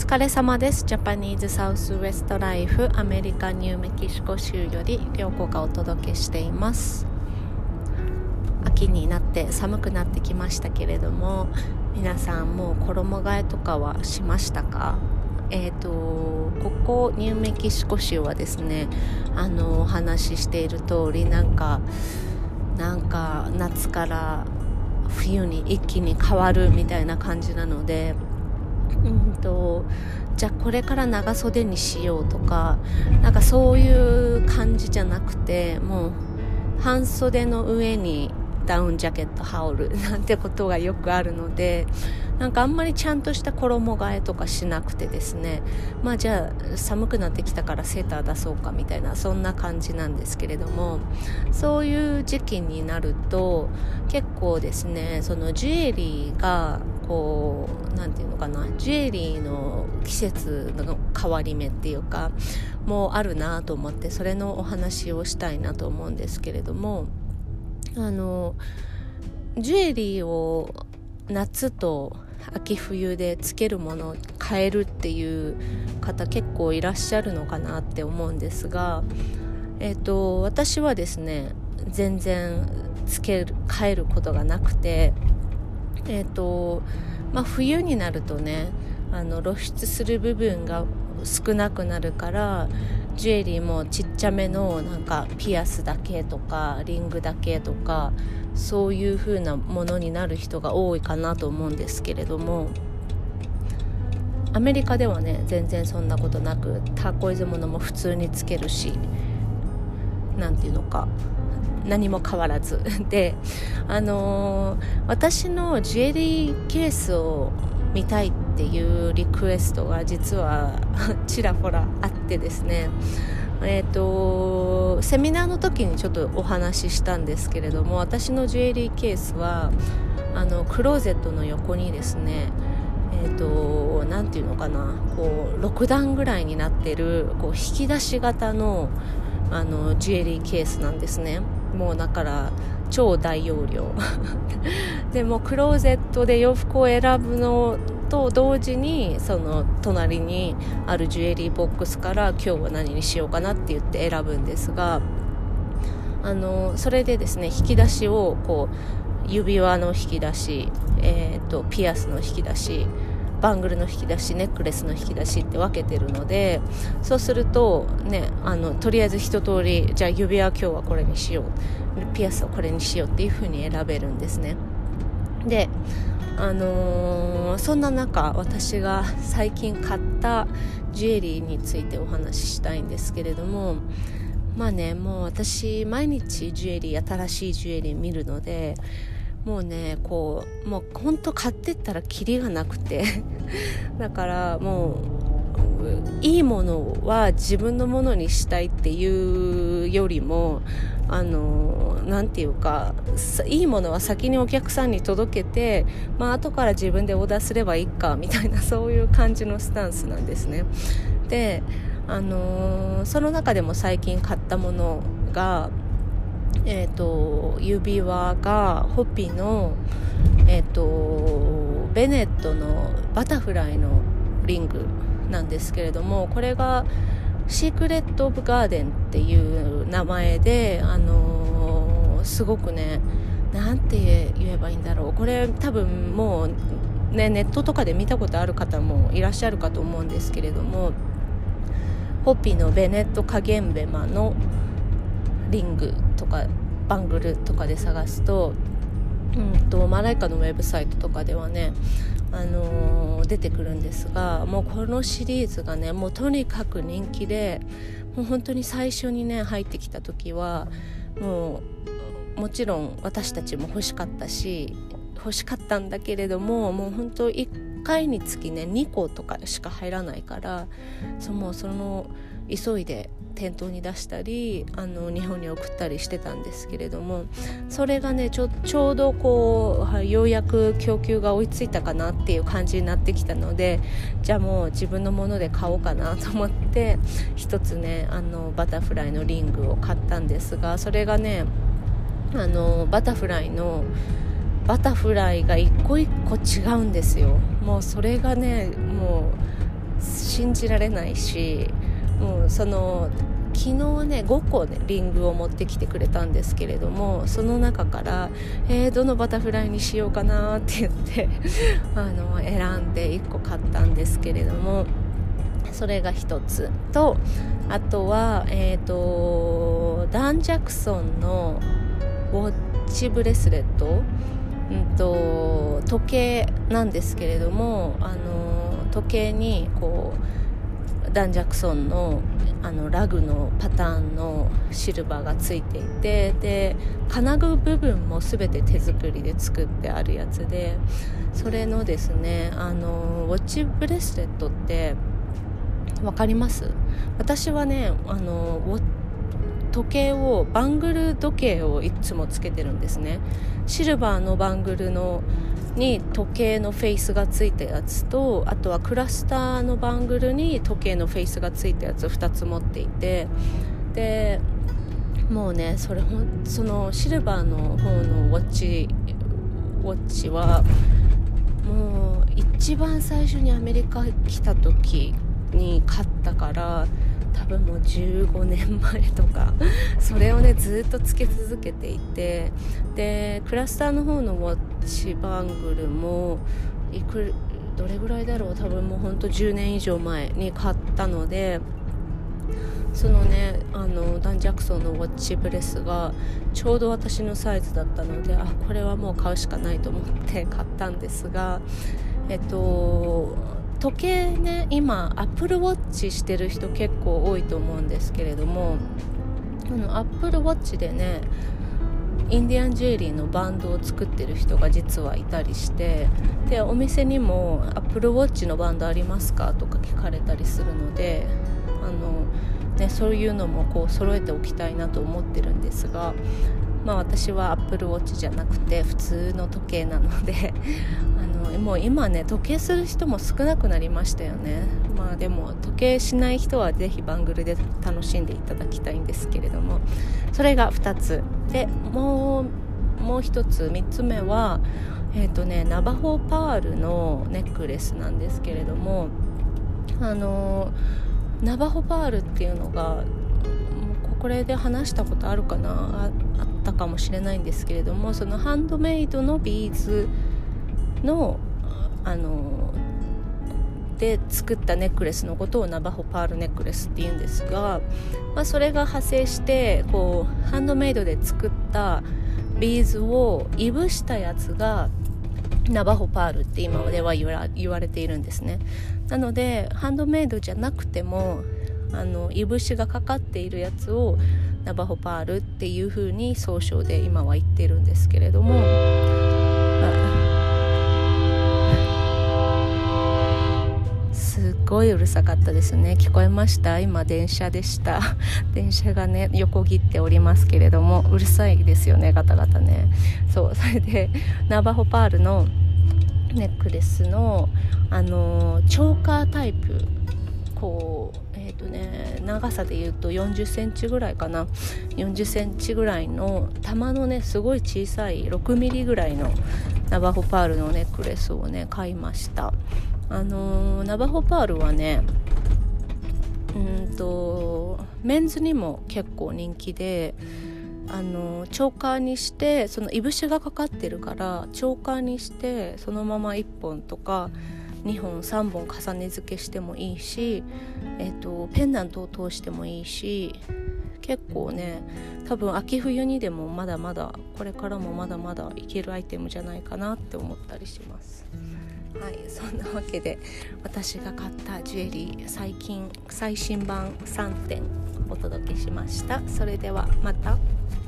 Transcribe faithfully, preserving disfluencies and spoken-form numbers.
疲れ様です。ジャパニーズサウスウェストライフアメリカニューメキシコ州より涼子がお届けしています。秋になって寒くなってきましたけれども、皆さんもう衣替えとかはしましたか？えーと、ここニューメキシコ州はですね、あのお話ししている通りなんかなんか夏から冬に一気に変わるみたいな感じなので、うんとじゃあこれから長袖にしようとかなんかそういう感じじゃなくて、もう半袖の上にダウンジャケット羽織るなんてことがよくあるので、なんかあんまりちゃんとした衣替えとかしなくてですね、まあじゃあ寒くなってきたからセーター出そうかみたいな、そんな感じなんですけれども、そういう時期になると結構ですね、そのジュエリーがこうなんていうのかな、ジュエリーの季節の変わり目っていうかもうあるなと思って、それのお話をしたいなと思うんですけれども、あのジュエリーを夏と秋冬でつけるものを変えるっていう方結構いらっしゃるのかなって思うんですが、えっと私はですね全然つける変えることがなくて、えっとまあ冬になるとね、あの露出する部分が少なくなるからジュエリーもちっちゃめのなんかピアスだけとかリングだけとかそういう風なものになる人が多いかなと思うんですけれども、アメリカではね全然そんなことなくターコイズものも普通につけるし、なんていうのか何も変わらずで、あのー、私のジュエリーケースを見たいっていうリクエストが実はちらほらあってですね、えーとセミナーの時にちょっとお話ししたんですけれども、私のジュエリーケースはあのクローゼットの横にですね、えーとなんていうのかな、こうろくだんぐらいになってるこう引き出し型のあのジュエリーケースなんですね。もうだから超大容量でもクローゼットで洋服を選ぶのと同時にその隣にあるジュエリーボックスから今日は何にしようかなって言って選ぶんですが、あのそれでですね引き出しをこう指輪の引き出し、えーと、ピアスの引き出し、バングルの引き出し、ネックレスの引き出しって分けてるので、そうするとね、あのとりあえず一通りじゃあ指輪今日はこれにしよう、ピアスはこれにしようっていう風に選べるんですね。で、あのー、そんな中私が最近買ったジュエリーについてお話ししたいんですけれども、まあね、もう私毎日ジュエリー、新しいジュエリー見るので、もうねこうもう本当買ってったらキリがなくてだからもういいものは自分のものにしたいっていうよりも、あのなんていうか、いいものは先にお客さんに届けて、まあ後から自分でオーダーすればいいかみたいな、そういう感じのスタンスなんですね。で、あのその中でも最近買ったものが、えーと、指輪がホピの、えーと、ベネットのバタフライのリングなんですけれども、これがシークレットオブガーデンっていう名前で、あのー、すごくね、なんて言えばいいんだろう、これ多分もう、ね、ネットとかで見たことある方もいらっしゃるかと思うんですけれども、ホピのベネットカゲンベマのリングとかバングルとかで探すと、うんとマライカのウェブサイトとかではね、あのー、出てくるんですが、もうこのシリーズがねもうとにかく人気で、もう本当に最初にね入ってきた時はもうもちろん私たちも欲しかったし欲しかったんだけれども、もう本当いっかいにつきねにことかしか入らないから、そのその急いで店頭に出したりあの日本に送ったりしてたんですけれども、それがねちょ、ちょうどこうようやく供給が追いついたかなっていう感じになってきたので、じゃあもう自分のもので買おうかなと思って一つねあのバタフライのリングを買ったんですが、それがねあのバタフライのバタフライが一個一個違うんですよ。もうそれがねもう信じられないし、もうその昨日ねごこねリングを持ってきてくれたんですけれども、その中からえー、どのバタフライにしようかなって言ってあの選んでいっこ買ったんですけれども、それが一つと、あとはえっとダン・ジャクソンのウォッチブレスレット、うんと時計なんですけれども、あの時計にこうダン・ジャクソンのあのラグのパターンのシルバーがついていて、で金具部分も全て手作りで作ってあるやつで、それのですね、あのウォッチブレスレットってわかります？私はね、あの時計をバングル時計をいつもつけてるんですね。シルバーのバングルのに時計のフェイスがついたやつと、あとはクラスターのバングルに時計のフェイスがついたやつをふたつ持っていて、でもうね、それほんそのシルバーの方のウォッチウォッチはもう一番最初にアメリカ来た時に買ったから、多分もうじゅうごねんまえとかそれをねずっとつけ続けていて、でクラスターの方のウォッチバングルもいくどれぐらいだろう、多分もうほんとじゅうねん以上前に買ったので、そのねあのダン・ジャクソンのウォッチブレスがちょうど私のサイズだったので、あこれはもう買うしかないと思って買ったんですが、えっと時計ね、今アップルウォッチしてる人結構多いと思うんですけれども、あのアップルウォッチでねインディアンジュエリーのバンドを作ってる人が実はいたりして、でお店にもアップルウォッチのバンドありますかとか聞かれたりするので、あの、ね、そういうのもこう揃えておきたいなと思ってるんですが、まあ、私はアップルウォッチじゃなくて普通の時計なのであのもう今ね時計する人も少なくなりましたよね。まあでも時計しない人はぜひバングルで楽しんでいただきたいんですけれども、それがふたつで、もうもうひとつみっつめはえっとねナバホパールのネックレスなんですけれども、あのナバホパールっていうのがこれで話したことあるかな あ, あったかもしれないんですけれども、そのハンドメイドのビーズのあので作ったネックレスのことをナバホパールネックレスって言うんですが、まあ、それが派生してこうハンドメイドで作ったビーズをいぶしたやつがナバホパールって今では言わ、言われているんですね。なのでハンドメイドじゃなくてもあのいぶしがかかっているやつをナバホパールっていう風に総称で今は言ってるんですけれども、すっごいうるさかったですね。聞こえました？今電車でした電車がね横切っておりますけれども、うるさいですよね、ガタガタね。そう、それでナバホパールのネックレスのあのチョーカータイプ、こうえーとね、長さでいうとよんじゅっセンチぐらいかな、よんじゅっセンチぐらいの玉のねすごい小さいろくミリぐらいのナバホパールのネックレスをね買いました。あのー、ナバホパールはねうんとメンズにも結構人気で、あのチョーカーにしてそのいぶしがかかってるからチョーカーにしてそのままいっぽんとかにほんさんぼん重ね付けしてもいいし、えーと、ペンダントを通してもいいし、結構ね多分秋冬にでもまだまだこれからもまだまだいけるアイテムじゃないかなって思ったりします。はい、そんなわけで私が買ったジュエリー最近最新版さんてんお届けしました。それではまた。